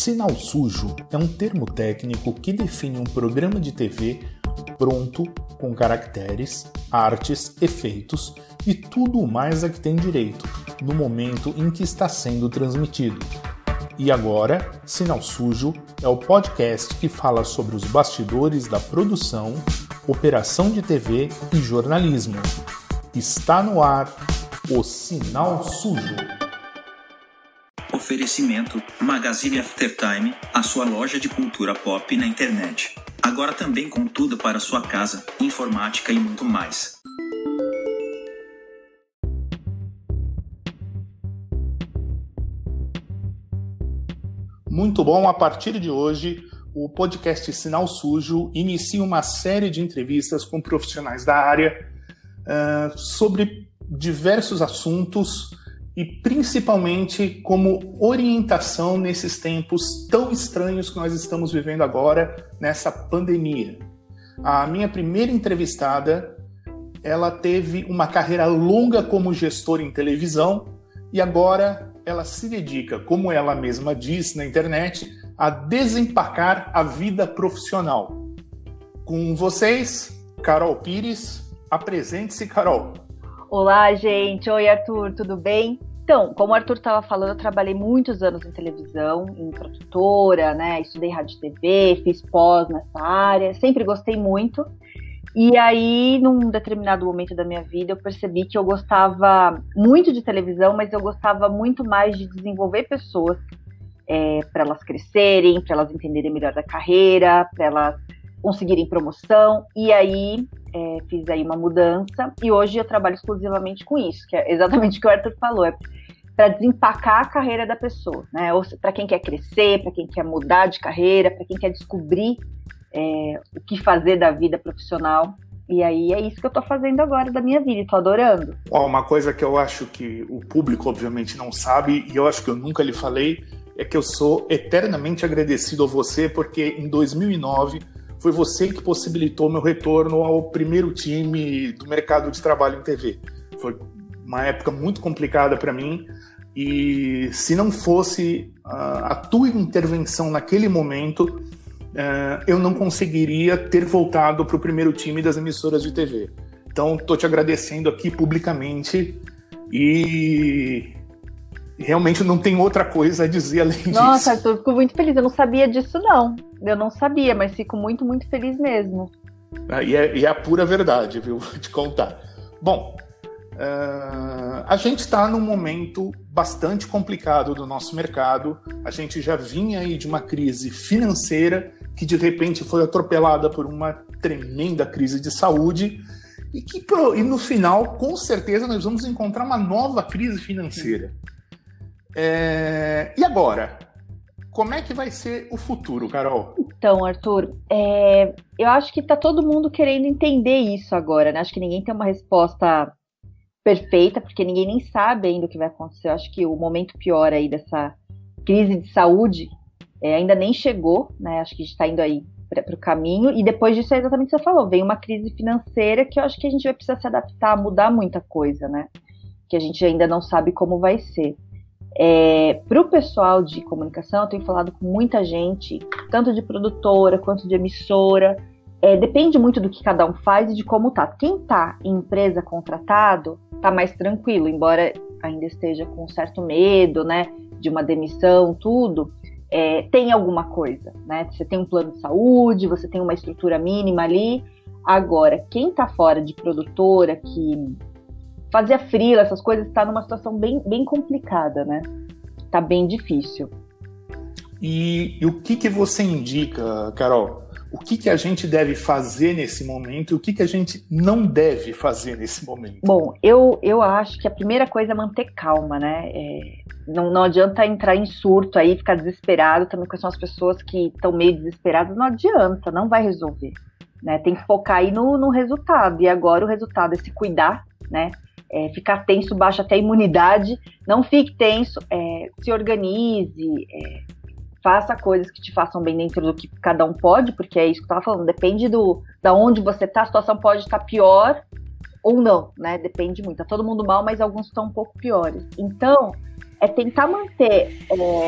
Sinal sujo é um termo técnico que define um programa de TV pronto, com caracteres, artes, efeitos e tudo o mais a que tem direito, no momento em que está sendo transmitido. E agora, Sinal Sujo é o podcast que fala sobre os bastidores da produção, operação de TV e jornalismo. Está no ar o Sinal Sujo. Oferecimento Magazine Aftertime, a sua loja de cultura pop na internet. Agora também com tudo para sua casa, informática e muito mais. Muito bom, a partir de hoje, o podcast Sinal Sujo inicia uma série de entrevistas com profissionais da área sobre diversos assuntos e principalmente como orientação nesses tempos tão estranhos que nós estamos vivendo agora, nessa pandemia. A minha primeira entrevistada, ela teve uma carreira longa como gestora em televisão e agora ela se dedica, como ela mesma diz na internet, a desempacar a vida profissional. Com vocês, Carol Pires. Apresente-se, Carol. Olá, gente. Oi, Arthur, tudo bem? Então, como o Arthur estava falando, eu trabalhei muitos anos em televisão, em produtora, né? Estudei rádio e TV, fiz pós nessa área, sempre gostei muito. E aí, num determinado momento da minha vida, eu percebi que eu gostava muito de televisão, mas eu gostava muito mais de desenvolver pessoas para elas crescerem, para elas entenderem melhor da carreira, para elas conseguirem promoção. E aí, fiz aí uma mudança e hoje eu trabalho exclusivamente com isso, que é exatamente o que o Arthur falou, para desempacar a carreira da pessoa, né? Ou para quem quer crescer, para quem quer mudar de carreira, para quem quer descobrir o que fazer da vida profissional. E aí é isso que eu tô fazendo agora da minha vida e tô adorando. Uma coisa que eu acho que o público obviamente não sabe, e eu acho que eu nunca lhe falei, é que eu sou eternamente agradecido a você, porque em 2009 foi você que possibilitou meu retorno ao primeiro time do mercado de trabalho em TV. Foi uma época muito complicada para mim, e se não fosse a tua intervenção naquele momento, eu não conseguiria ter voltado para o primeiro time das emissoras de TV. Então, estou te agradecendo aqui publicamente e realmente não tem outra coisa a dizer além disso. Nossa, Arthur, fico muito feliz. Eu não sabia disso, não. Eu não sabia, mas fico muito, muito feliz mesmo. E é a pura verdade, viu? Vou te contar. Bom, a gente está num momento bastante complicado do nosso mercado. A gente já vinha aí de uma crise financeira que de repente foi atropelada por uma tremenda crise de saúde e no final, com certeza, nós vamos encontrar uma nova crise financeira. E agora? Como é que vai ser o futuro, Carol? Então, Arthur, eu acho que está todo mundo querendo entender isso agora, né? Acho que ninguém tem uma resposta perfeita, porque ninguém nem sabe ainda o que vai acontecer. Eu acho que o momento pior aí dessa crise de saúde ainda nem chegou, né? Acho que a gente está indo aí para o caminho, e depois disso é exatamente o que você falou, vem uma crise financeira que eu acho que a gente vai precisar se adaptar, mudar muita coisa, né? Que a gente ainda não sabe como vai ser. Para o pessoal de comunicação, eu tenho falado com muita gente, tanto de produtora quanto de emissora. Depende muito do que cada um faz e de como tá. Quem tá em empresa contratado tá mais tranquilo, embora ainda esteja com um certo medo, né, de uma demissão, tudo. Tem alguma coisa, né? Você tem um plano de saúde, você tem uma estrutura mínima ali. Agora, quem tá fora de produtora, que fazia freela, essas coisas, está numa situação bem, bem complicada, né? Tá bem difícil. E o que você indica, Carol? O que a gente deve fazer nesse momento e o que a gente não deve fazer nesse momento? Bom, eu acho que a primeira coisa é manter calma, né? Não adianta entrar em surto aí, ficar desesperado. Também com as pessoas que estão meio desesperadas, não adianta, não vai resolver, né? Tem que focar aí no resultado. E agora o resultado é se cuidar, né? Ficar tenso baixa até a imunidade. Não fique tenso, se organize, faça coisas que te façam bem dentro do que cada um pode, porque é isso que eu estava falando, depende da onde você está, a situação pode estar pior ou não, né? Depende muito. Tá todo mundo mal, mas alguns estão um pouco piores. Então, é tentar manter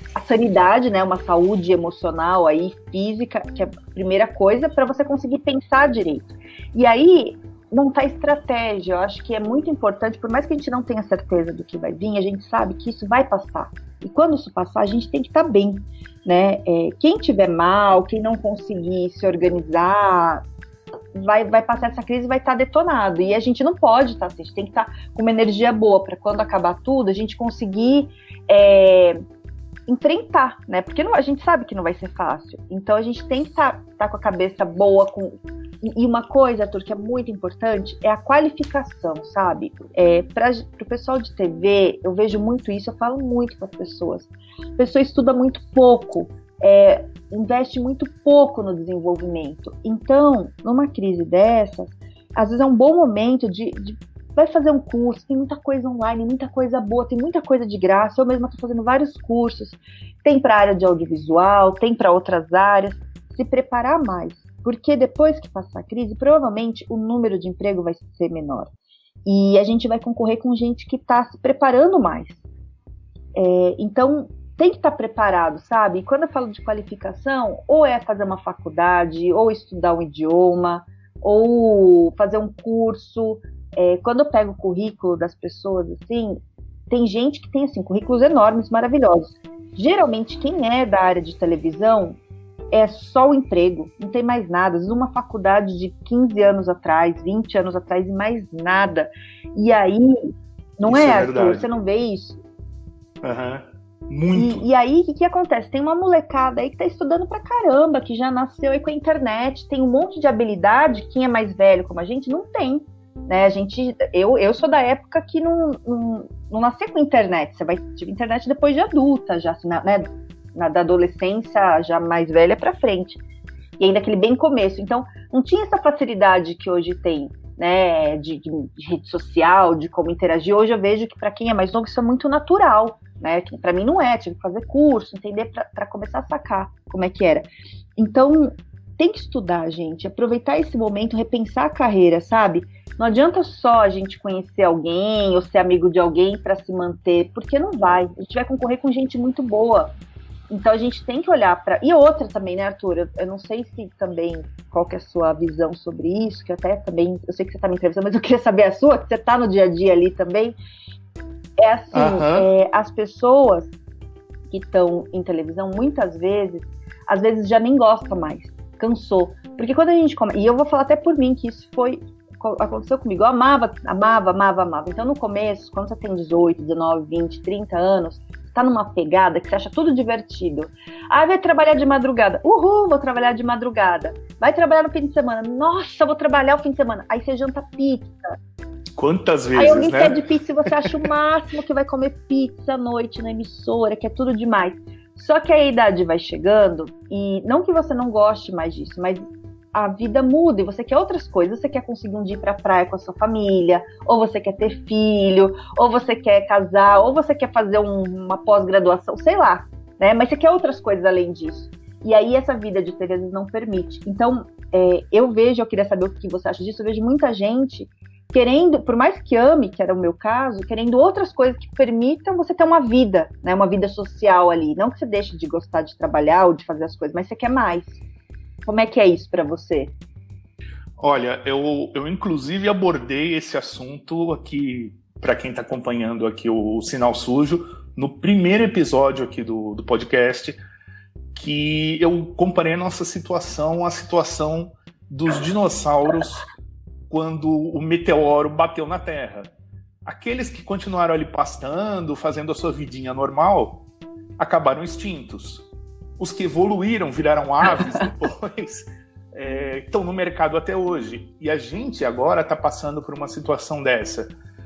a sanidade, né, uma saúde emocional aí, física, que é a primeira coisa para você conseguir pensar direito. E aí, montar estratégia, eu acho que é muito importante, por mais que a gente não tenha certeza do que vai vir, a gente sabe que isso vai passar. E quando isso passar, a gente tem que estar bem, né? Quem tiver mal, quem não conseguir se organizar, vai passar essa crise e vai estar detonado. E a gente não pode estar assim, a gente tem que estar com uma energia boa para quando acabar tudo, a gente conseguir enfrentar, né? Porque a gente sabe que não vai ser fácil. Então a gente tem que estar com a cabeça boa. E uma coisa, Arthur, que é muito importante é a qualificação, sabe? Para o pessoal de TV, eu vejo muito isso, eu falo muito para as pessoas. A pessoa estuda muito pouco, investe muito pouco no desenvolvimento. Então, numa crise dessas, às vezes é um bom momento de vai fazer um curso, tem muita coisa online, muita coisa boa, tem muita coisa de graça. Eu mesma estou fazendo vários cursos, tem para a área de audiovisual, tem para outras áreas. Se preparar mais, porque depois que passar a crise, provavelmente o número de emprego vai ser menor. E a gente vai concorrer com gente que está se preparando mais. Então, tem que estar preparado, sabe? E quando eu falo de qualificação, ou é fazer uma faculdade, ou estudar um idioma, ou fazer um curso. Quando eu pego o currículo das pessoas, assim, tem gente que tem, assim, currículos enormes, maravilhosos. Geralmente, quem é da área de televisão é só o emprego, não tem mais nada. Às vezes uma faculdade de 15 anos atrás, 20 anos atrás e mais nada. E aí, não isso Arthur? Você não vê isso? Muito. E aí, o que acontece? Tem uma molecada aí que tá estudando pra caramba, que já nasceu aí com a internet, tem um monte de habilidade. Quem é mais velho como a gente não tem. Né? Eu sou da época que não nasci com internet. Você vai ter internet depois de adulta, já, né? Da adolescência já mais velha para frente. E ainda aquele bem começo. Então, não tinha essa facilidade que hoje tem, né? De rede social, de como interagir. Hoje eu vejo que para quem é mais novo isso é muito natural, né? Para mim não é. Tive que fazer curso, entender para começar a sacar como é que era. Então, tem que estudar, gente. Aproveitar esse momento, repensar a carreira, sabe? Não adianta só a gente conhecer alguém ou ser amigo de alguém para se manter, porque não vai. A gente vai concorrer com gente muito boa. Então a gente tem que olhar para... E outra também, né, Arthur? Eu não sei se também qual que é a sua visão sobre isso, que até também... Eu sei que você está me entrevistando, mas eu queria saber a sua, que você está no dia a dia ali também. É assim, as pessoas que estão em televisão, muitas vezes, às vezes já nem gostam mais. Cansou. Porque quando a gente... E eu vou falar até por mim, que isso aconteceu comigo. Eu amava. Então no começo, quando você tem 18, 19, 20, 30 anos... tá numa pegada que você acha tudo divertido. Vai trabalhar de madrugada. Uhul, vou trabalhar de madrugada. Vai trabalhar no fim de semana. Nossa, vou trabalhar o fim de semana. Aí você janta pizza. Quantas vezes, aí alguém né? pede pizza e você acha o máximo que vai comer pizza à noite na emissora, que é tudo demais. Só que a idade vai chegando e não que você não goste mais disso, mas a vida muda e você quer outras coisas. Você quer conseguir um dia ir pra praia com a sua família, ou você quer ter filho, ou você quer casar, ou você quer fazer uma pós-graduação, sei lá, né? Mas você quer outras coisas além disso. E aí essa vida de TV às vezes não permite. Então, eu queria saber o que você acha disso, eu vejo muita gente querendo, por mais que ame, que era o meu caso, querendo outras coisas que permitam você ter uma vida, né? Uma vida social ali. Não que você deixe de gostar de trabalhar ou de fazer as coisas, mas você quer mais. Como é que é isso para você? Olha, eu inclusive abordei esse assunto aqui, para quem está acompanhando aqui o Sinal Sujo, no primeiro episódio aqui do podcast, que eu comparei a nossa situação à situação dos dinossauros quando o meteoro bateu na Terra. Aqueles que continuaram ali pastando, fazendo a sua vidinha normal, acabaram extintos. Os que evoluíram, viraram aves depois, estão no mercado até hoje. E a gente agora está passando por uma situação dessa.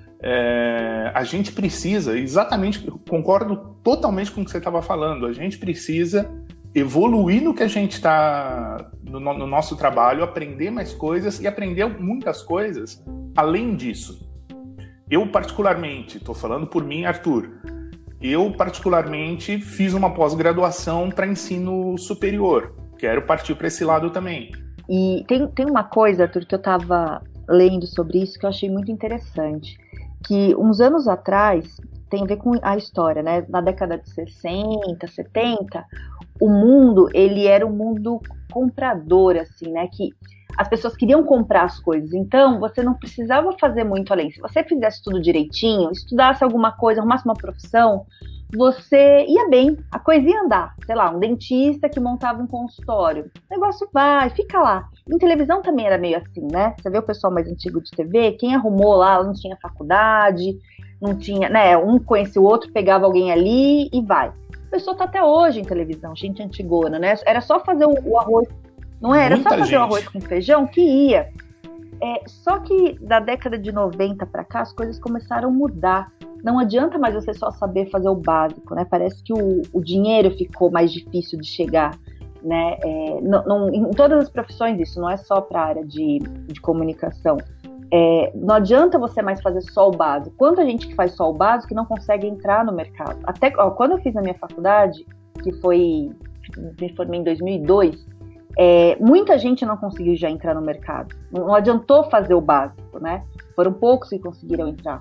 A gente precisa, exatamente, concordo totalmente com o que você estava falando, a gente precisa evoluir no que a gente está, no nosso trabalho, aprender mais coisas e aprender muitas coisas além disso. Eu particularmente, estou falando por mim, Arthur, eu particularmente fiz uma pós-graduação para ensino superior, quero partir para esse lado também. E tem uma coisa, Arthur, que eu estava lendo sobre isso que eu achei muito interessante, que uns anos atrás tem a ver com a história, né? Na década de 60, 70, o mundo, ele era um mundo comprador, assim, né? Que as pessoas queriam comprar as coisas, então você não precisava fazer muito além. Se você fizesse tudo direitinho, estudasse alguma coisa, arrumasse uma profissão, você ia bem, a coisa ia andar. Sei lá, um dentista que montava um consultório, o negócio vai, fica lá. Em televisão também era meio assim, né? Você vê o pessoal mais antigo de TV, quem arrumou lá não tinha faculdade, não tinha, né? Um conhecia o outro, pegava alguém ali e vai. A pessoa tá até hoje em televisão, gente antigona, né? Era só fazer o arroz, não é? Era só fazer o arroz com feijão que ia. Só que da década de 90 para cá, as coisas começaram a mudar. Não adianta mais você só saber fazer o básico, né? Parece que o dinheiro ficou mais difícil de chegar, né? Em todas as profissões isso, não é só para a área de comunicação. Não adianta você mais fazer só o básico. Quanta gente que faz só o básico que não consegue entrar no mercado. Até quando eu fiz na minha faculdade, me formei em 2002, muita gente não conseguiu já entrar no mercado. Não adiantou fazer o básico, né? Foram poucos que conseguiram entrar.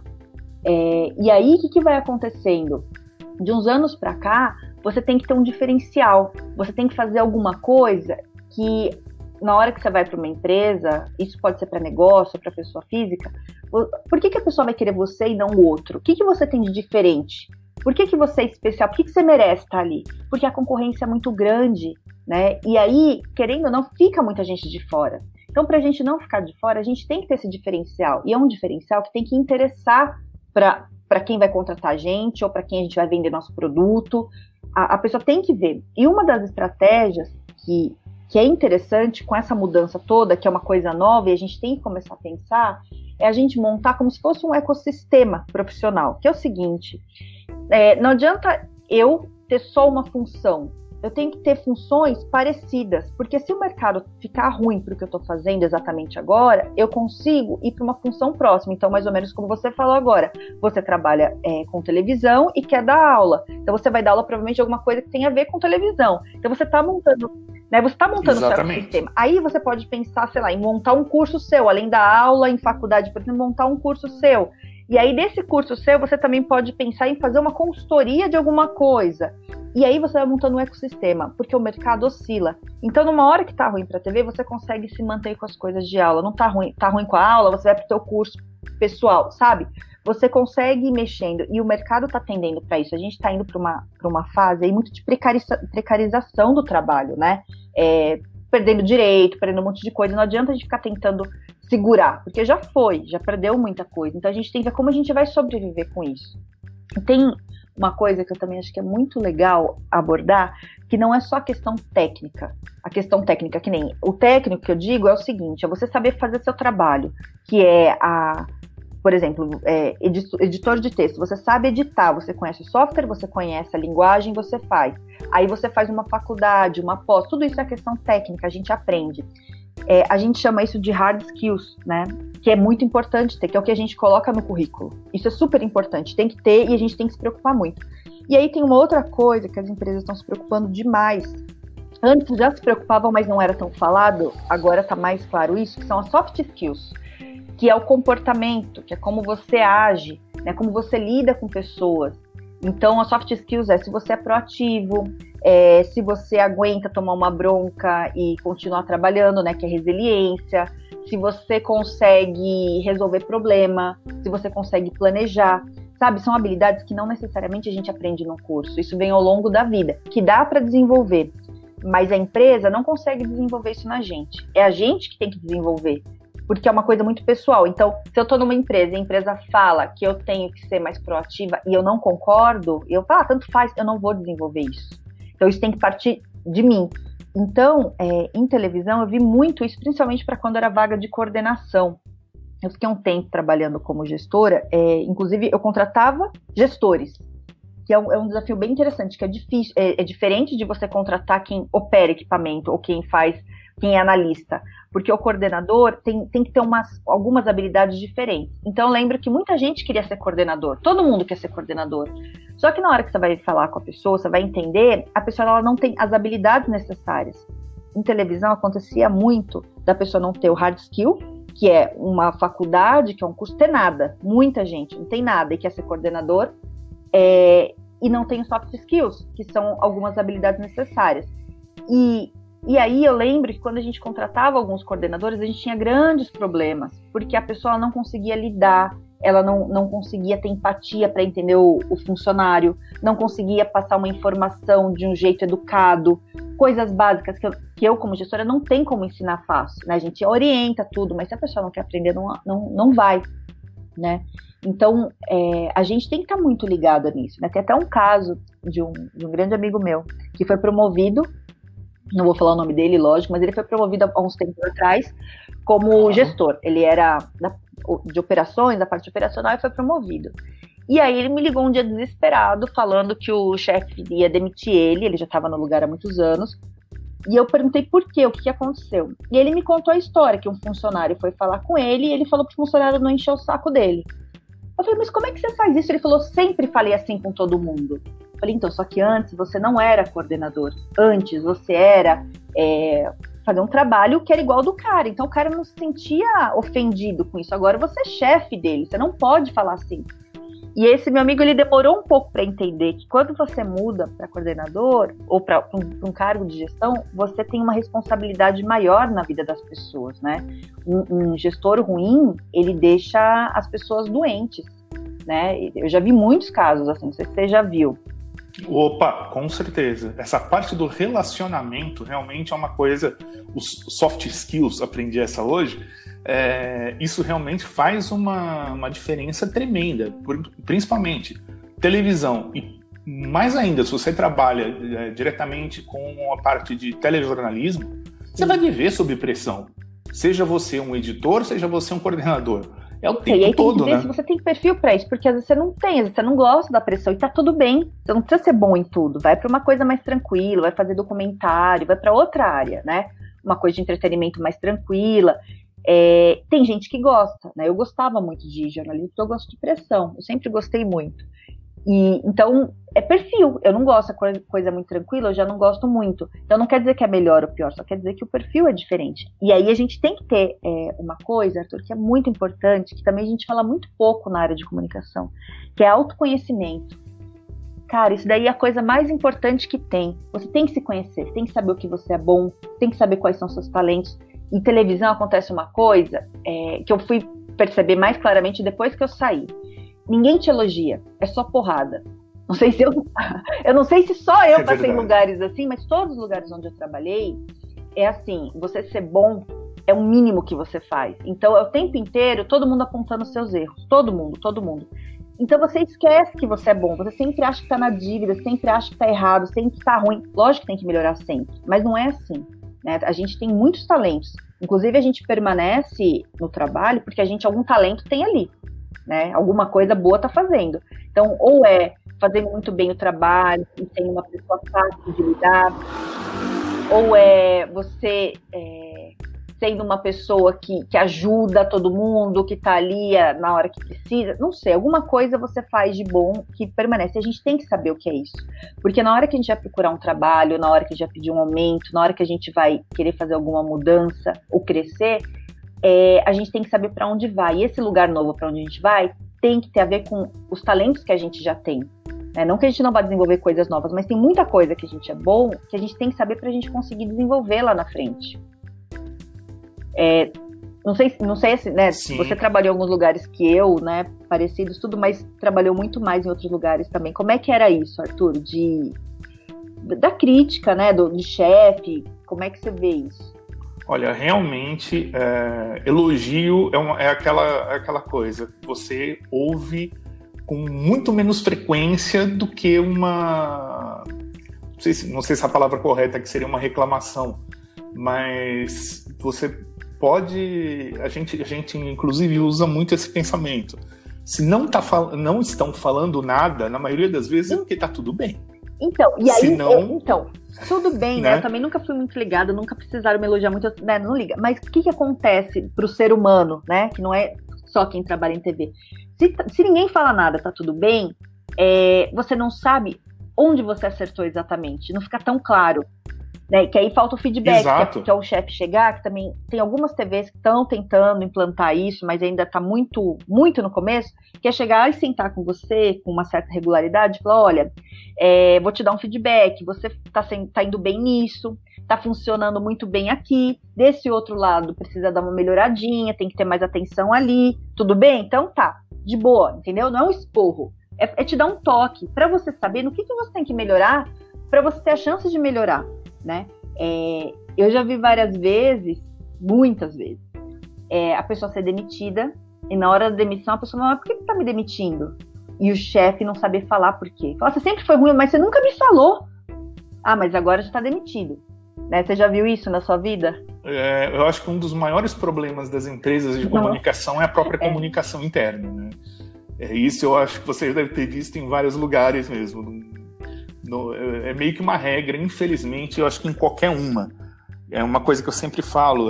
E aí, o que vai acontecendo? De uns anos para cá, você tem que ter um diferencial. Você tem que fazer alguma coisa que, na hora que você vai para uma empresa, isso pode ser para negócio, para pessoa física, por que a pessoa vai querer você e não o outro? O que você tem de diferente? Por que você é especial? Por que você merece estar ali? Porque a concorrência é muito grande, né? E aí, querendo ou não, fica muita gente de fora. Então, para a gente não ficar de fora, a gente tem que ter esse diferencial. E é um diferencial que tem que interessar para quem vai contratar a gente ou para quem a gente vai vender nosso produto. A pessoa tem que ver. E uma das estratégias que é interessante com essa mudança toda, que é uma coisa nova e a gente tem que começar a pensar, é a gente montar como se fosse um ecossistema profissional, que é o seguinte, não adianta eu ter só uma função, eu tenho que ter funções parecidas, porque se o mercado ficar ruim para o que eu estou fazendo exatamente agora, eu consigo ir para uma função próxima. Então, mais ou menos como você falou agora, você trabalha com televisão e quer dar aula. Então, você vai dar aula provavelmente de alguma coisa que tem a ver com televisão. Então, você está montando, né? Você está montando o seu sistema. Aí você pode pensar, sei lá, em montar um curso seu, além da aula em faculdade, por exemplo, montar um curso seu. E aí, desse curso seu, você também pode pensar em fazer uma consultoria de alguma coisa. E aí você vai montando um ecossistema, porque o mercado oscila. Então, numa hora que tá ruim para a TV, você consegue se manter com as coisas de aula. Não tá ruim com a aula, você vai pro teu curso pessoal, sabe? Você consegue ir mexendo. E o mercado tá tendendo para isso. A gente tá indo para uma fase aí muito de precarização do trabalho, né? Perdendo direito, perdendo um monte de coisa. Não adianta a gente ficar tentando segurar, porque já perdeu muita coisa. Então, a gente tem que ver como a gente vai sobreviver com isso. Tem uma coisa que eu também acho que é muito legal abordar, que não é só a questão técnica. A questão técnica, que nem o técnico que eu digo é o seguinte, é você saber fazer seu trabalho, que é por exemplo, editor de texto. Você sabe editar, você conhece o software, você conhece a linguagem, você faz. Aí você faz uma faculdade, uma pós, tudo isso é questão técnica, a gente aprende. A gente chama isso de hard skills, né? Que é muito importante ter, que é o que a gente coloca no currículo. Isso é super importante, tem que ter e a gente tem que se preocupar muito. E aí tem uma outra coisa que as empresas estão se preocupando demais. Antes já se preocupavam, mas não era tão falado, agora está mais claro isso, que são as soft skills, que é o comportamento, que é como você age, né? Como você lida com pessoas. Então, a soft skills se você é proativo, se você aguenta tomar uma bronca e continuar trabalhando, né, que é resiliência, se você consegue resolver problema, se você consegue planejar, sabe? São habilidades que não necessariamente a gente aprende no curso, isso vem ao longo da vida, que dá para desenvolver, mas a empresa não consegue desenvolver isso na gente, é a gente que tem que desenvolver, porque é uma coisa muito pessoal. Então, se eu estou numa empresa e a empresa fala que eu tenho que ser mais proativa e eu não concordo, eu falo, tanto faz, eu não vou desenvolver isso. Então, isso tem que partir de mim. Então, em televisão, eu vi muito isso, principalmente para quando era vaga de coordenação. Eu fiquei um tempo trabalhando como gestora, inclusive eu contratava gestores, que é um desafio bem interessante, que é difícil, é diferente de você contratar quem opera equipamento ou quem é analista, porque o coordenador tem que ter algumas habilidades diferentes. Então, eu lembro que muita gente queria ser coordenador, todo mundo quer ser coordenador. Só que na hora que você vai falar com a pessoa, você vai entender, a pessoa ela não tem as habilidades necessárias. Em televisão, acontecia muito da pessoa não ter o hard skill, que é uma faculdade, que é um curso, ter nada. Muita gente não tem nada e quer ser coordenador. e não tem os soft skills, que são algumas habilidades necessárias. E aí eu lembro que quando a gente contratava alguns coordenadores, a gente tinha grandes problemas, porque a pessoa não conseguia lidar, ela não conseguia ter empatia para entender o funcionário, não conseguia passar uma informação de um jeito educado, coisas básicas que eu como gestora, não tem como ensinar fácil, né? A gente orienta tudo, mas se a pessoa não quer aprender, não vai, né? Então, a gente tem que estar muito ligada nisso, né? Tem até um caso de um grande amigo meu, que foi promovido, não vou falar o nome dele, lógico, mas ele foi promovido há uns tempos atrás como gestor. Ele era de operações, da parte operacional, e foi promovido. E aí ele me ligou um dia desesperado, falando que o chefe ia demitir ele já estava no lugar há muitos anos, e eu perguntei por quê, o que aconteceu. E ele me contou a história, que um funcionário foi falar com ele, e ele falou pro funcionário não encher o saco dele. Eu falei, mas como é que você faz isso? Ele falou, sempre falei assim com todo mundo. Eu falei, então, só que antes você não era coordenador. Antes você era fazer um trabalho que era igual ao do cara. Então o cara não se sentia ofendido com isso. Agora você é chefe dele, você não pode falar assim. E esse meu amigo, ele demorou um pouco para entender que quando você muda para coordenador ou para um cargo de gestão, você tem uma responsabilidade maior na vida das pessoas, né? Um gestor ruim, ele deixa as pessoas doentes, né? Eu já vi muitos casos assim, não sei se você já viu. Opa, com certeza. Essa parte do relacionamento realmente é uma coisa, os soft skills, aprendi essa hoje, isso realmente faz uma diferença tremenda, principalmente televisão e mais ainda, se você trabalha diretamente com a parte de telejornalismo, você vai viver sob pressão, seja você um editor, seja você um coordenador. É o tempo e aí todo, tem que ver né? Se você tem perfil para isso, porque às vezes você não tem, às vezes você não gosta da pressão e tá tudo bem. Você não precisa ser bom em tudo. Vai para uma coisa mais tranquila, vai fazer documentário, vai para outra área, né? Uma coisa de entretenimento mais tranquila. Tem gente que gosta, né? Eu gostava muito de jornalismo, porque eu gosto de pressão. Eu sempre gostei muito. Então, é perfil. Eu não gosto de coisa muito tranquila, eu já não gosto muito. Então, não quer dizer que é melhor ou pior, só quer dizer que o perfil é diferente. E aí, a gente tem que ter uma coisa, Arthur, que é muito importante, que também a gente fala muito pouco na área de comunicação, que é autoconhecimento. Cara, isso daí é a coisa mais importante que tem. Você tem que se conhecer, tem que saber o que você é bom, tem que saber quais são seus talentos. Em televisão acontece uma coisa que eu fui perceber mais claramente depois que eu saí. Ninguém te elogia, é só porrada. Não sei se eu não sei se só eu passei em lugares assim, mas todos os lugares onde eu trabalhei, é assim, você ser bom é o mínimo que você faz. Então, é o tempo inteiro, todo mundo apontando os seus erros. Todo mundo. Então, você esquece que você é bom. Você sempre acha que tá na dívida, sempre acha que tá errado, sempre que tá ruim. Lógico que tem que melhorar sempre, mas não é assim, né? A gente tem muitos talentos. Inclusive, a gente permanece no trabalho porque algum talento tem ali, né? Alguma coisa boa tá fazendo. Então, ou é fazer muito bem o trabalho, e sendo uma pessoa fácil de lidar, ou é você sendo uma pessoa que ajuda todo mundo, que tá ali na hora que precisa, não sei, alguma coisa você faz de bom que permanece. A gente tem que saber o que é isso, porque na hora que a gente vai procurar um trabalho, na hora que a gente vai pedir um aumento, na hora que a gente vai querer fazer alguma mudança ou crescer, a gente tem que saber para onde vai. E esse lugar novo para onde a gente vai tem que ter a ver com os talentos que a gente já tem. Não que a gente não vá desenvolver coisas novas, mas tem muita coisa que a gente é bom, que a gente tem que saber para a gente conseguir desenvolver lá na frente. Não sei se, né, você trabalhou em alguns lugares que eu, né, parecidos, tudo, mas trabalhou muito mais em outros lugares também. Como é que era isso, Arthur? Da crítica, né, do chefe, como é que você vê isso? Olha, realmente, elogio é aquela coisa que você ouve com muito menos frequência do que uma... Não sei se a palavra correta que seria uma reclamação, mas você pode... A gente inclusive usa muito esse pensamento. Se não estão falando nada, na maioria das vezes é porque está tudo bem. Então, e aí, tudo bem, né? Eu também nunca fui muito ligada, nunca precisaram me elogiar muito, né? Não liga. Mas o que acontece pro ser humano, né? Que não é só quem trabalha em TV. Se ninguém fala nada, tá tudo bem, você não sabe onde você acertou exatamente, não fica tão claro. Né? Que aí falta o feedback, Exato. que é o chefe chegar, que também tem algumas TVs que estão tentando implantar isso, mas ainda está muito, muito no começo, que é chegar e sentar com você com uma certa regularidade e falar, olha, vou te dar um feedback, você tá indo bem nisso, tá funcionando muito bem aqui, desse outro lado precisa dar uma melhoradinha, tem que ter mais atenção ali, tudo bem? Então tá, de boa, entendeu? Não é um esporro, é te dar um toque, para você saber no que você tem que melhorar, para você ter a chance de melhorar. Né? Eu já vi várias vezes, muitas vezes, a pessoa ser demitida e na hora da demissão a pessoa fala, por que você tá me demitindo? E o chefe não saber falar por quê. Fala, você sempre foi ruim, mas você nunca me falou. Ah, mas agora já está demitido. Né? Você já viu isso na sua vida? Eu acho que um dos maiores problemas das empresas de comunicação é a própria comunicação interna. Né? Isso eu acho que você deve ter visto em vários lugares mesmo. É meio que uma regra, infelizmente, eu acho que em qualquer uma. É uma coisa que eu sempre falo,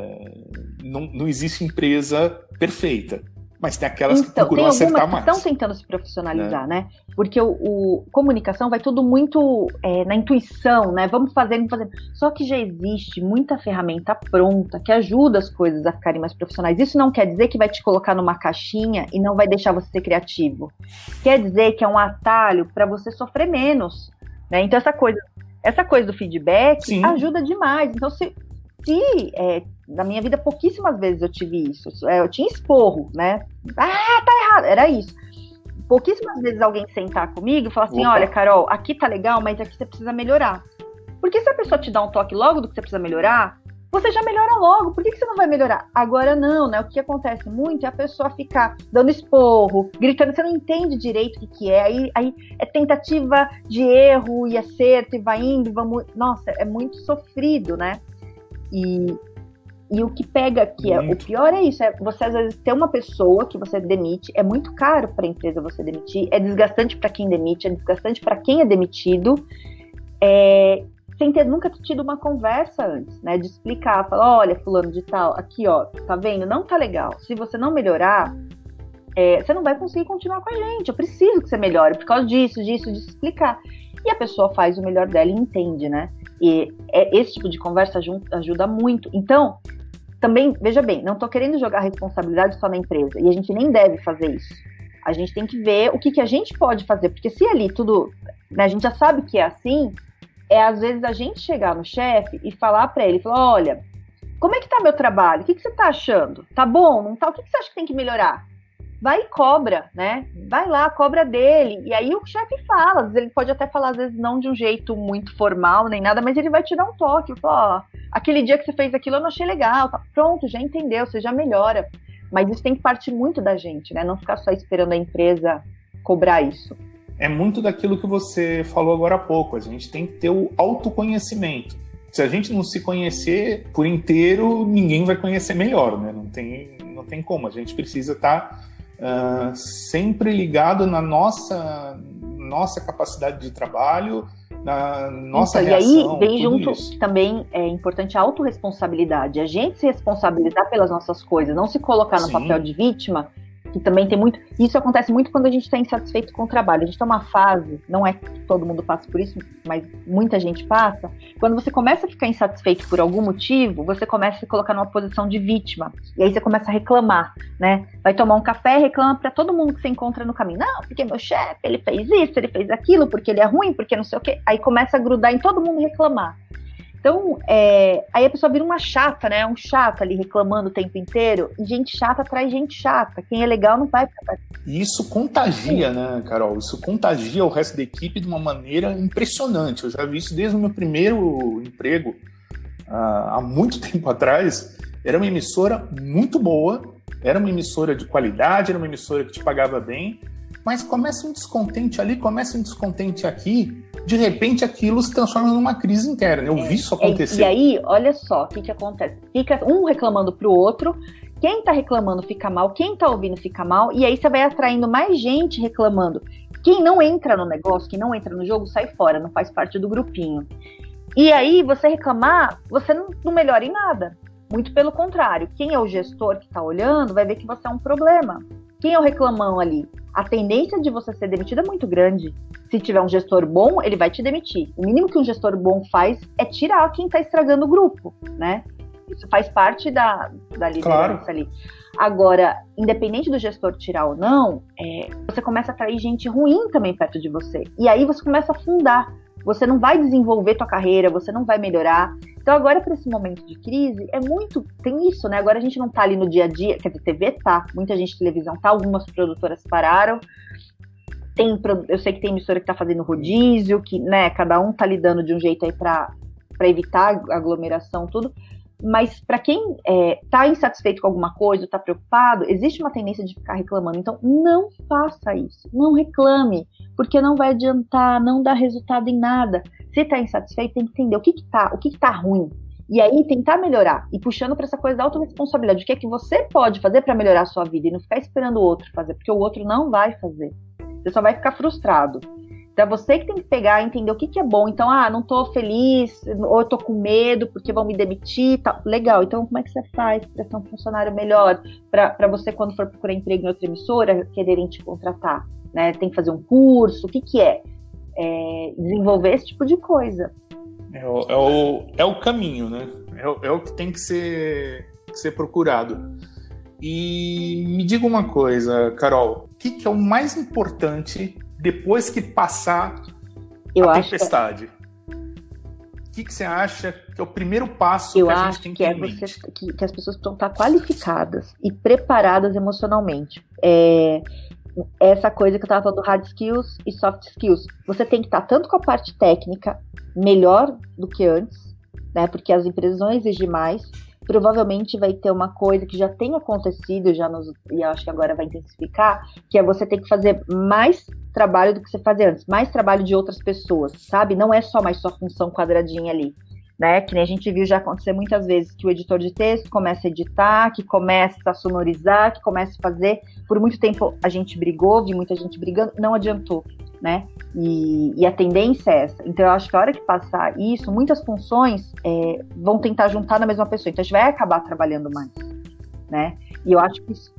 não existe empresa perfeita, mas tem aquelas que procuram acertar mais. Que estão tentando se profissionalizar, né? Porque comunicação vai tudo muito na intuição, né? Vamos fazendo. Só que já existe muita ferramenta pronta que ajuda as coisas a ficarem mais profissionais. Isso não quer dizer que vai te colocar numa caixinha e não vai deixar você ser criativo. Quer dizer que é um atalho para você sofrer menos, né? Então essa coisa do feedback Sim. ajuda demais. Então na minha vida pouquíssimas vezes eu tive isso. Eu tinha esporro, né? Ah, tá errado. Era isso. Pouquíssimas vezes alguém sentar comigo e falar assim, olha, Carol, aqui tá legal, mas aqui você precisa melhorar. Porque se a pessoa te dá um toque logo do que você precisa melhorar, você já melhora logo. Por que você não vai melhorar? Agora não, né? O que acontece muito é a pessoa ficar dando esporro, gritando, você não entende direito o que é. Aí é tentativa de erro e acerto e vai indo, vamos... Nossa, é muito sofrido, né? E o que pega aqui, o pior é isso, você às vezes ter uma pessoa que você demite, é muito caro para a empresa você demitir, é desgastante para quem demite, é desgastante para quem é demitido, sem ter nunca tido uma conversa antes, né, de explicar, falar, olha, fulano de tal, aqui ó, tá vendo, não tá legal, se você não melhorar, você não vai conseguir continuar com a gente, eu preciso que você melhore, por causa disso, explicar. E a pessoa faz o melhor dela e entende, né? E esse tipo de conversa ajuda muito. Então, também, veja bem, não estou querendo jogar a responsabilidade só na empresa, e a gente nem deve fazer isso. A gente tem que ver o que a gente pode fazer, porque se ali tudo, né, a gente já sabe que é assim, às vezes a gente chegar no chefe e falar para ele, falar, olha, como é que tá meu trabalho? O que você tá achando? Tá bom? Não tá? O que você acha que tem que melhorar? Vai e cobra, né? Vai lá, cobra dele. E aí o chefe fala, às vezes ele pode até falar, às vezes não de um jeito muito formal, nem nada, mas ele vai te dar um toque. Fala, ó, aquele dia que você fez aquilo eu não achei legal. Tá, pronto, já entendeu, você já melhora. Mas isso tem que partir muito da gente, né? Não ficar só esperando a empresa cobrar isso. É muito daquilo que você falou agora há pouco. A gente tem que ter o autoconhecimento. Se a gente não se conhecer por inteiro, ninguém vai conhecer melhor, né? Não tem como. A gente precisa estar sempre ligado na nossa capacidade de trabalho, na nossa reação. E aí vem junto isso. Também é importante a autorresponsabilidade. A gente se responsabilizar pelas nossas coisas, não se colocar no papel de vítima, que também tem muito... Isso acontece muito quando a gente está insatisfeito com o trabalho. A gente tem uma fase, não é que todo mundo passa por isso, mas muita gente passa. Quando você começa a ficar insatisfeito por algum motivo, você começa a se colocar numa posição de vítima. E aí você começa a reclamar, né? Vai tomar um café e reclama para todo mundo que você encontra no caminho. Não, porque meu chefe, ele fez isso, ele fez aquilo, porque ele é ruim, porque não sei o quê. Aí começa a grudar em todo mundo e reclamar. Então, aí a pessoa vira uma chata, né? Um chato ali reclamando o tempo inteiro. E gente chata atrai gente chata. Quem é legal não vai pra... E isso contagia, né, Carol? Isso contagia o resto da equipe de uma maneira impressionante. Eu já vi isso desde o meu primeiro emprego, há muito tempo atrás. Era uma emissora muito boa, era uma emissora de qualidade, era uma emissora que te pagava bem, mas começa um descontente ali, começa um descontente aqui, de repente aquilo se transforma numa crise interna. Eu vi isso acontecer. E aí, olha só, o que acontece? Fica um reclamando pro outro, quem tá reclamando fica mal, quem tá ouvindo fica mal, e aí você vai atraindo mais gente reclamando. Quem não entra no negócio, quem não entra no jogo, sai fora, não faz parte do grupinho. E aí, você reclamar, você não melhora em nada. Muito pelo contrário, quem é o gestor que tá olhando vai ver que você é um problema. Quem é o reclamão ali? a tendência de você ser demitido é muito grande. Se tiver um gestor bom, ele vai te demitir. O mínimo que um gestor bom faz é tirar quem está estragando o grupo, né? Isso faz parte da liderança ali. Agora, independente do gestor tirar ou não, você começa a atrair gente ruim também perto de você. E aí você começa a afundar. Você não vai desenvolver tua carreira, você não vai melhorar. Então agora, para esse momento de crise, tem isso, né? Agora a gente não tá ali no dia a dia, quer dizer, TV tá, muita gente de televisão tá, algumas produtoras pararam. Eu sei que tem emissora que tá fazendo rodízio, que, né, cada um tá lidando de um jeito aí para evitar aglomeração, tudo. Mas para quem tá insatisfeito com alguma coisa, tá preocupado, existe uma tendência de ficar reclamando. Então, não faça isso. Não reclame, porque não vai adiantar, não dá resultado em nada. Se tá insatisfeito, tem que entender o que tá ruim. E aí, tentar melhorar. E puxando para essa coisa da autorresponsabilidade. O que é que você pode fazer para melhorar a sua vida? E não ficar esperando o outro fazer, porque o outro não vai fazer. Você só vai ficar frustrado. Então é você que tem que pegar e entender o que é bom. Então, não tô feliz, ou eu tô com medo porque vão me demitir, tá. Legal, então como é que você faz para ser um funcionário melhor? Para você, quando for procurar emprego em outra emissora, quererem te contratar, né? Tem que fazer um curso, o que é? Desenvolver esse tipo de coisa. É o caminho, né? É o que tem que ser procurado. E me diga uma coisa, Carol, o que é o mais importante depois que passar a tempestade? O que você acha que é o primeiro passo que a gente tem que ter em mente? Que as pessoas precisam estar qualificadas e preparadas emocionalmente. Essa coisa que eu estava falando do hard skills e soft skills. Você tem que estar tanto com a parte técnica melhor do que antes, né? Porque as empresas vão exigir mais. Provavelmente vai ter uma coisa que já tem acontecido, e eu acho que agora vai intensificar, que é você ter que fazer mais trabalho do que você fazia antes, mais trabalho de outras pessoas, sabe? Não é só mais sua função quadradinha ali, né? Que nem a gente viu já acontecer muitas vezes, que o editor de texto começa a editar, que começa a sonorizar, que começa a fazer. Por muito tempo a gente brigou, vi muita gente brigando, não adiantou, né? E a tendência é essa. Então eu acho que a hora que passar isso, muitas funções vão tentar juntar na mesma pessoa. Então a gente vai acabar trabalhando mais, né? E eu acho que isso,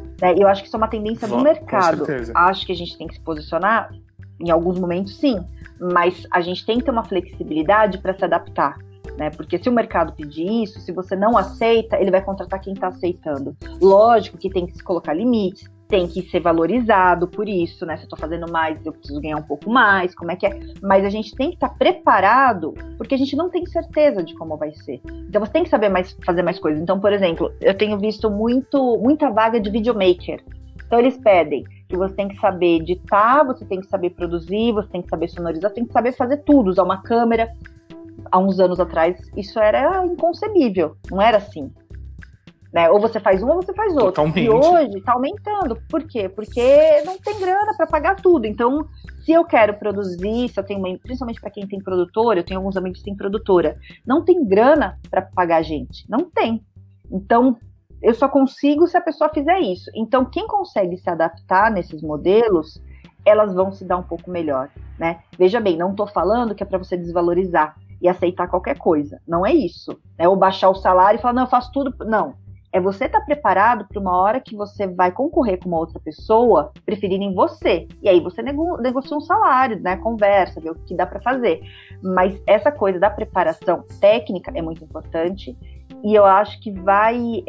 é uma tendência do mercado. Acho que a gente tem que se posicionar em alguns momentos, sim, mas a gente tem que ter uma flexibilidade para se adaptar, né? Porque se o mercado pedir isso, se você não aceita, ele vai contratar quem está aceitando. Lógico que tem que se colocar limites, tem que ser valorizado por isso, né? Se eu tô fazendo mais, eu preciso ganhar um pouco mais, como é que é? Mas a gente tem que estar preparado, porque a gente não tem certeza de como vai ser. Então você tem que saber fazer mais coisas. Então, por exemplo, eu tenho visto muita vaga de videomaker. Então eles pedem que você tem que saber editar, você tem que saber produzir, você tem que saber sonorizar, você tem que saber fazer tudo, usar uma câmera. Há uns anos atrás, isso era inconcebível, não era assim. Né? Ou você faz um ou você faz outro. Totalmente. E hoje está aumentando. Por quê? Porque não tem grana para pagar tudo. Então, se eu quero produzir, se eu tenho principalmente para quem tem produtora, eu tenho alguns amigos que têm produtora, não tem grana para pagar a gente. Não tem. Então, eu só consigo se a pessoa fizer isso. Então, quem consegue se adaptar nesses modelos, elas vão se dar um pouco melhor, né? Veja bem, não estou falando que é para você desvalorizar e aceitar qualquer coisa. Não é isso. Né? Ou baixar o salário e falar, não, eu faço tudo. Não. É você estar preparado para uma hora que você vai concorrer com uma outra pessoa preferirem você. E aí você negocia um salário, né? Conversa, vê o que dá para fazer. Mas essa coisa da preparação técnica é muito importante. E eu acho que vai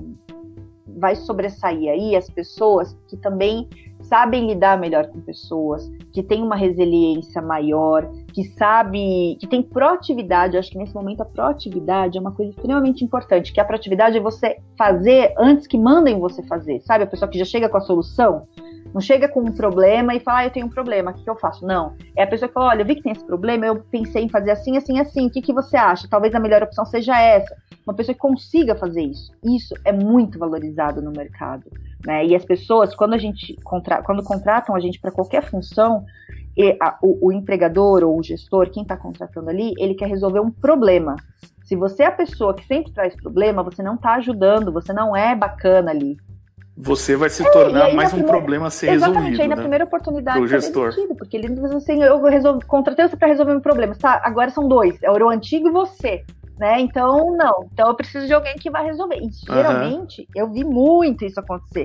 sobressair aí as pessoas que também sabem lidar melhor com pessoas, que têm uma resiliência maior, que tem proatividade. Eu acho que nesse momento a proatividade é uma coisa extremamente importante, que a proatividade é você fazer antes que mandem você fazer, sabe? A pessoa que já chega com a solução, não chega com um problema e fala, eu tenho um problema, o que eu faço? Não, é a pessoa que fala, olha, eu vi que tem esse problema, eu pensei em fazer assim, assim, assim, o que você acha? Talvez a melhor opção seja essa. Uma pessoa que consiga fazer isso. Isso é muito valorizado no mercado, né? E as pessoas, quando contratam a gente para qualquer função, o empregador ou o gestor, quem está contratando ali, ele quer resolver um problema. Se você é a pessoa que sempre traz problema, você não está ajudando, você não é bacana ali. Você vai se tornar mais um problema a ser resolvido. Exatamente, aí na primeira oportunidade pro gestor. Demitido, porque ele diz assim, contratei você para resolver um problema, tá? Agora são dois, é o antigo e você. Né? Então, não. Então, eu preciso de alguém que vai resolver. E, geralmente, eu vi muito isso acontecer.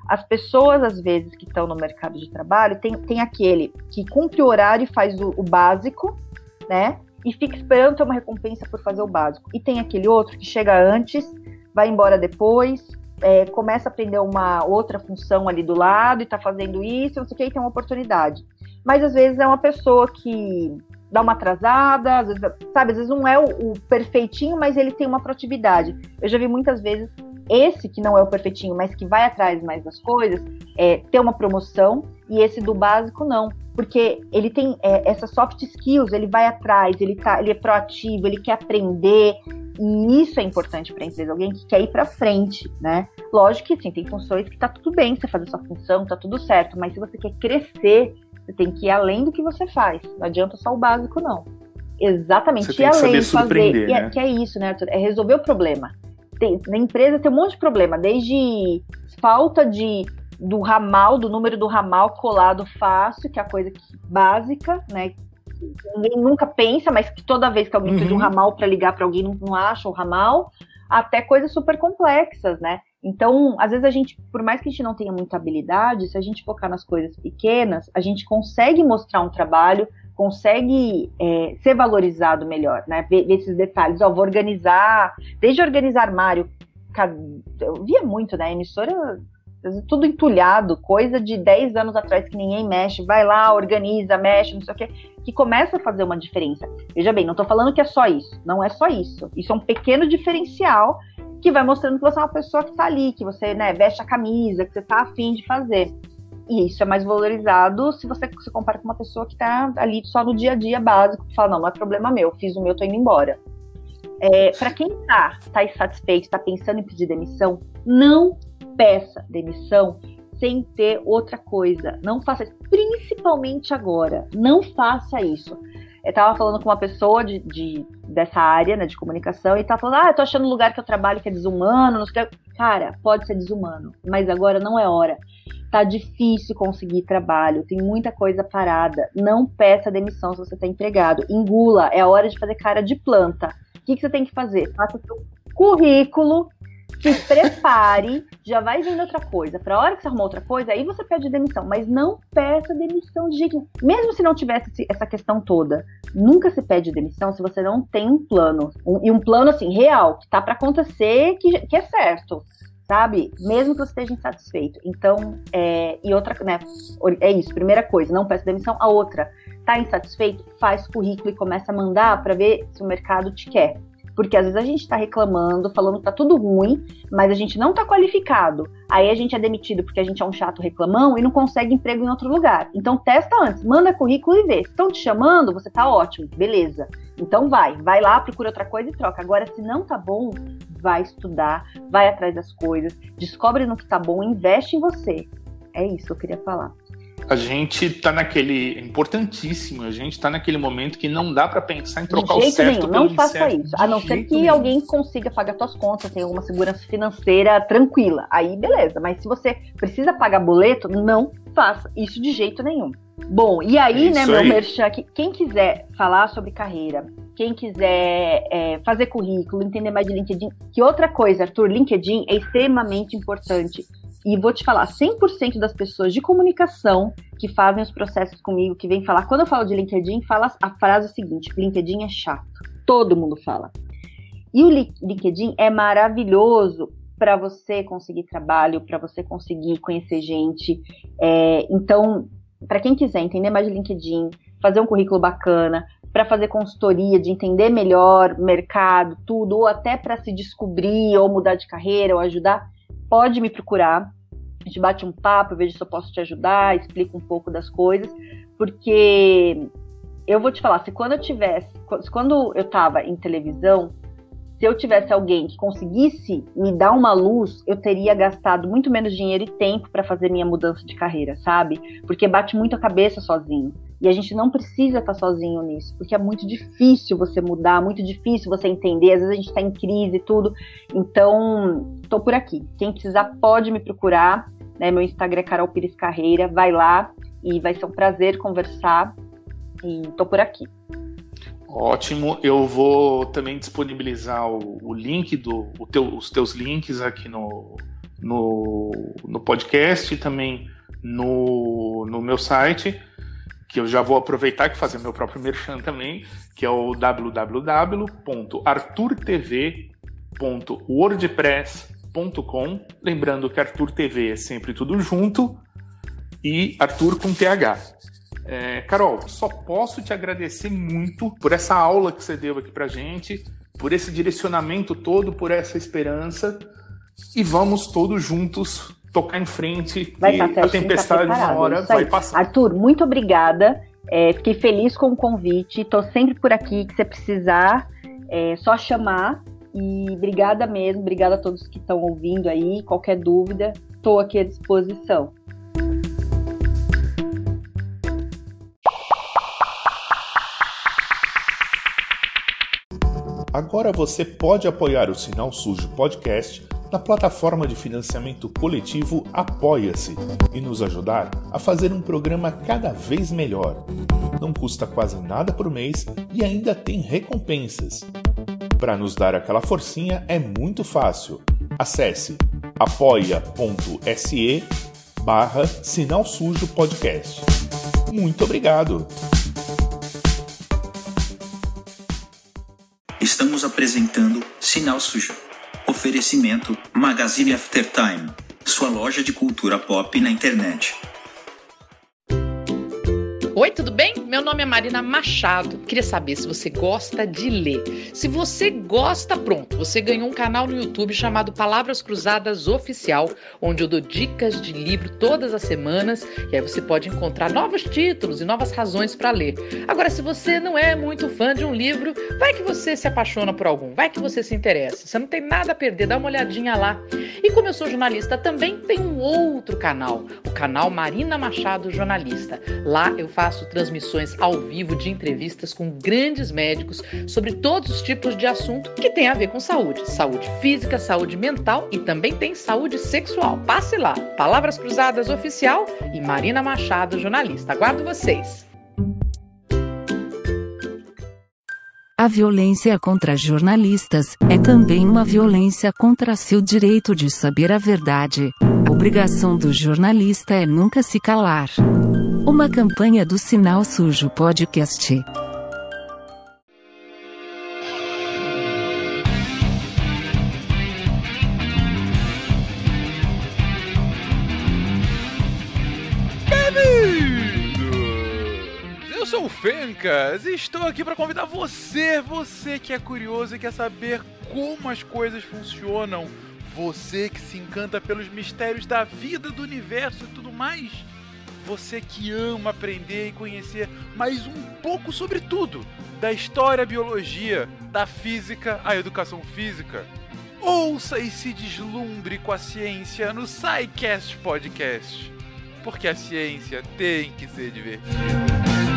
As pessoas, às vezes, que estão no mercado de trabalho, tem aquele que cumpre o horário e faz o básico, né? E fica esperando ter uma recompensa por fazer o básico. E tem aquele outro que chega antes, vai embora depois, começa a aprender uma outra função ali do lado e tá fazendo isso, não sei o que, e tem uma oportunidade. Mas, às vezes, é uma pessoa que dá uma atrasada, às vezes, sabe? Às vezes não é o perfeitinho, mas ele tem uma proatividade. Eu já vi muitas vezes esse que não é o perfeitinho, mas que vai atrás mais das coisas, ter uma promoção, e esse do básico não. Porque ele tem essas soft skills, ele vai atrás, ele é proativo, ele quer aprender, e isso é importante para a empresa, alguém que quer ir para frente, né? Lógico que sim, tem funções que tá tudo bem você fazer sua função, tá tudo certo, mas se você quer crescer, você tem que ir além do que você faz, não adianta só o básico, não. Exatamente, você tem que saber surpreender, né? Que é isso, né, Arthur? É resolver o problema. Na empresa tem um monte de problema, desde falta do ramal, do número do ramal colado fácil, que é a coisa básica, né? Ninguém nunca pensa, mas que toda vez que alguém precisa de um ramal para ligar para alguém, não acha o ramal, até coisas super complexas, né? Então, às vezes a gente, por mais que a gente não tenha muita habilidade, se a gente focar nas coisas pequenas, a gente consegue mostrar um trabalho, consegue ser valorizado melhor, né? Ver esses detalhes. Vou organizar, desde organizar armário, eu via muito, né? Emissora, tudo entulhado, coisa de 10 anos atrás que ninguém mexe, vai lá, organiza, mexe, não sei o quê, que começa a fazer uma diferença. Veja bem, não tô falando que é só isso, não é só isso. Isso é um pequeno diferencial que vai mostrando que você é uma pessoa que tá ali, que você, né, veste a camisa, que você tá afim de fazer. E isso é mais valorizado se você se compara com uma pessoa que tá ali só no dia a dia básico, que fala, não é problema meu, fiz o meu, tô indo embora. Para quem tá insatisfeito, tá pensando em pedir demissão, não peça demissão sem ter outra coisa. Não faça isso, principalmente agora. Não faça isso. Eu tava falando com uma pessoa dessa área, né, de comunicação, e tava falando, eu tô achando o lugar que eu trabalho que é desumano, não sei o que. Cara, pode ser desumano, mas agora não é hora. Tá difícil conseguir trabalho, tem muita coisa parada. Não peça demissão se você tá empregado. Engula, é a hora de fazer cara de planta. O que você tem que fazer? Faça o seu currículo, se prepare, já vai vendo outra coisa. Pra hora que você arrumar outra coisa, aí você pede demissão. Mas não peça demissão de jeito nenhum. Mesmo se não tivesse essa questão toda, nunca se pede demissão se você não tem um plano. E um plano, assim, real, que tá pra acontecer, que é certo, sabe? Mesmo que você esteja insatisfeito. Então, e outra, né? É isso, primeira coisa, não peça demissão. A outra, tá insatisfeito? Faz currículo e começa a mandar pra ver se o mercado te quer. Porque às vezes a gente está reclamando, falando que tá tudo ruim, mas a gente não tá qualificado. Aí a gente é demitido porque a gente é um chato reclamão e não consegue emprego em outro lugar. Então testa antes, manda currículo e vê. Se estão te chamando, você tá ótimo, beleza. Então vai lá, procura outra coisa e troca. Agora, se não tá bom, vai estudar, vai atrás das coisas, descobre no que tá bom, investe em você. É isso que eu queria falar. A gente tá naquele, importantíssimo, a gente tá naquele momento que não dá para pensar em trocar o certo pelo incerto. Não faça isso, a não ser que alguém consiga pagar suas contas, tenha alguma segurança financeira tranquila, aí beleza, mas se você precisa pagar boleto, não faça isso de jeito nenhum. Bom, e aí, né, meu merchan, quem quiser falar sobre carreira, quem quiser fazer currículo, entender mais de LinkedIn, que outra coisa, Arthur, LinkedIn é extremamente importante. E vou te falar, 100% das pessoas de comunicação que fazem os processos comigo, que vêm falar, quando eu falo de LinkedIn, fala a frase seguinte, LinkedIn é chato. Todo mundo fala. E o LinkedIn é maravilhoso para você conseguir trabalho, para você conseguir conhecer gente. Então, para quem quiser entender mais de LinkedIn, fazer um currículo bacana, para fazer consultoria, de entender melhor o mercado, tudo, ou até para se descobrir, ou mudar de carreira, ou ajudar, pode me procurar. A gente bate um papo, eu vejo se eu posso te ajudar, explico um pouco das coisas, porque eu vou te falar, quando eu estava em televisão, se eu tivesse alguém que conseguisse me dar uma luz, eu teria gastado muito menos dinheiro e tempo para fazer minha mudança de carreira, sabe? Porque bate muito a cabeça sozinho. E a gente não precisa estar sozinho nisso, porque é muito difícil você mudar, muito difícil você entender, às vezes a gente está em crise e tudo. Então, estou por aqui. Quem precisar pode me procurar, né? Meu Instagram é Carol Pires Carreira, vai lá e vai ser um prazer conversar. E estou por aqui. Ótimo, eu vou também disponibilizar o link, os teus links aqui no podcast e também no meu site, que eu já vou aproveitar e fazer meu próprio merchan também, que é o www.arturtv.wordpress.com. Lembrando que Artur TV é sempre tudo junto e Artur com TH. Carol, só posso te agradecer muito por essa aula que você deu aqui pra gente, por esse direcionamento todo, por essa esperança, e vamos todos juntos tocar em frente, que a tempestade uma hora vai passar. Artur, muito obrigada, fiquei feliz com o convite, estou sempre por aqui, que você precisar, só chamar, e obrigada mesmo, obrigada a todos que estão ouvindo aí, qualquer dúvida, estou aqui à disposição. Agora você pode apoiar o Sinal Sujo Podcast na plataforma de financiamento coletivo Apoia-se e nos ajudar a fazer um programa cada vez melhor. Não custa quase nada por mês e ainda tem recompensas. Para nos dar aquela forcinha é muito fácil. Acesse apoia.se/Sinal Sujo Podcast. Muito obrigado! Estamos apresentando Sinal Sujo. Oferecimento Magazine Aftertime, sua loja de cultura pop na internet. Oi, tudo bem? Meu nome é Marina Machado. Queria saber se você gosta de ler. Se você gosta, pronto, você ganhou um canal no YouTube chamado Palavras Cruzadas Oficial, onde eu dou dicas de livro todas as semanas, e aí você pode encontrar novos títulos e novas razões para ler. Agora, se você não é muito fã de um livro, vai que você se apaixona por algum, vai que você se interessa. Você não tem nada a perder, dá uma olhadinha lá. E como eu sou jornalista também, tem um outro canal, o canal Marina Machado Jornalista. Lá eu faço transmissões ao vivo de entrevistas com grandes médicos sobre todos os tipos de assunto que tem a ver com saúde. Saúde física, saúde mental e também tem saúde sexual. Passe lá, Palavras Cruzadas Oficial e Marina Machado Jornalista. Aguardo vocês. A violência contra jornalistas é também uma violência contra seu direito de saber a verdade. A obrigação do jornalista é nunca se calar. Uma campanha do Sinal Sujo Podcast. Eu sou o Fencas e estou aqui para convidar você que é curioso e quer saber como as coisas funcionam, você que se encanta pelos mistérios da vida, do universo e tudo mais, você que ama aprender e conhecer mais um pouco sobre tudo, da história, a biologia, da física, a educação física. Ouça e se deslumbre com a ciência no SciCast Podcast, porque a ciência tem que ser divertida.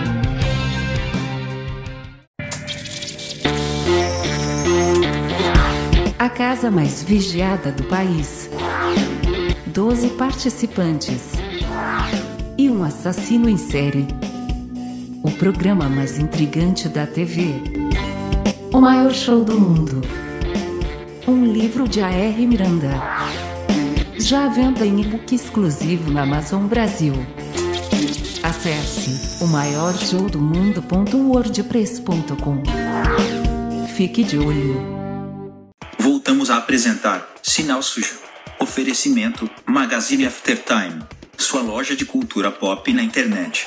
A casa mais vigiada do país. 12 participantes. E um assassino em série. O programa mais intrigante da TV. O maior show do mundo. Um livro de A.R. Miranda. Já à venda em e-book exclusivo na Amazon Brasil. Acesse omaiorshowdomundo.wordpress.com. Fique de olho. Voltamos a apresentar Sinal Sujo. Oferecimento Magazine Aftertime, sua loja de cultura pop na internet.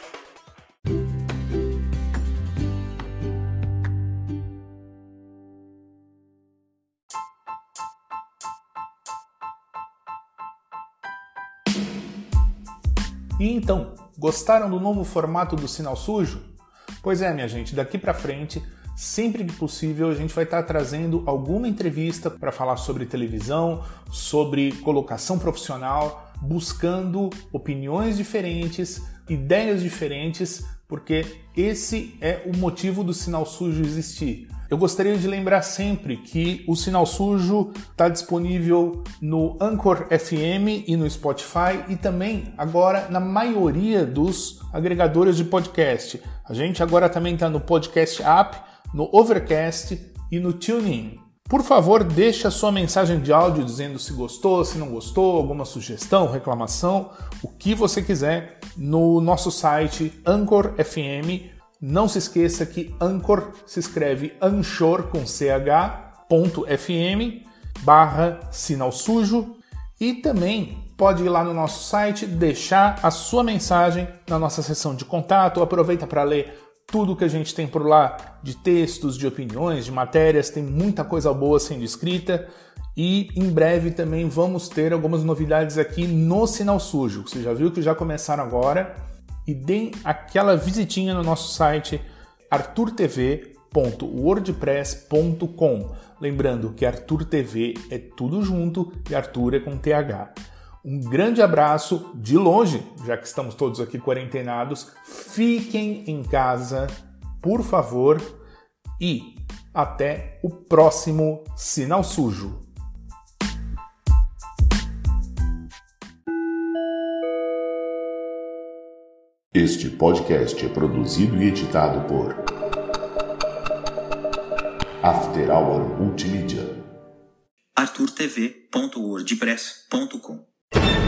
E então, gostaram do novo formato do Sinal Sujo? Pois é, minha gente, daqui pra frente, sempre que possível, a gente vai estar trazendo alguma entrevista para falar sobre televisão, sobre colocação profissional, buscando opiniões diferentes, ideias diferentes, porque esse é o motivo do Sinal Sujo existir. Eu gostaria de lembrar sempre que o Sinal Sujo está disponível no Anchor FM e no Spotify e também agora na maioria dos agregadores de podcast. A gente agora também está no Podcast App, no Overcast e no TuneIn. Por favor, deixe a sua mensagem de áudio dizendo se gostou, se não gostou, alguma sugestão, reclamação, o que você quiser no nosso site Anchor FM. Não se esqueça que Anchor se escreve Anchor com ch.fm/Sinal Sujo, e também pode ir lá no nosso site, deixar a sua mensagem na nossa seção de contato. Aproveita para ler tudo que a gente tem por lá de textos, de opiniões, de matérias. Tem muita coisa boa sendo escrita, e em breve também vamos ter algumas novidades aqui no Sinal Sujo. Você já viu que já começaram agora, e deem aquela visitinha no nosso site arturtv.wordpress.com. Lembrando que Artur TV é tudo junto e Artur é com TH. Um grande abraço de longe, já que estamos todos aqui quarentenados. Fiquem em casa, por favor, e até o próximo Sinal Sujo. Este podcast é produzido e editado por After Hour Multimídia. arturtv.wordpress.com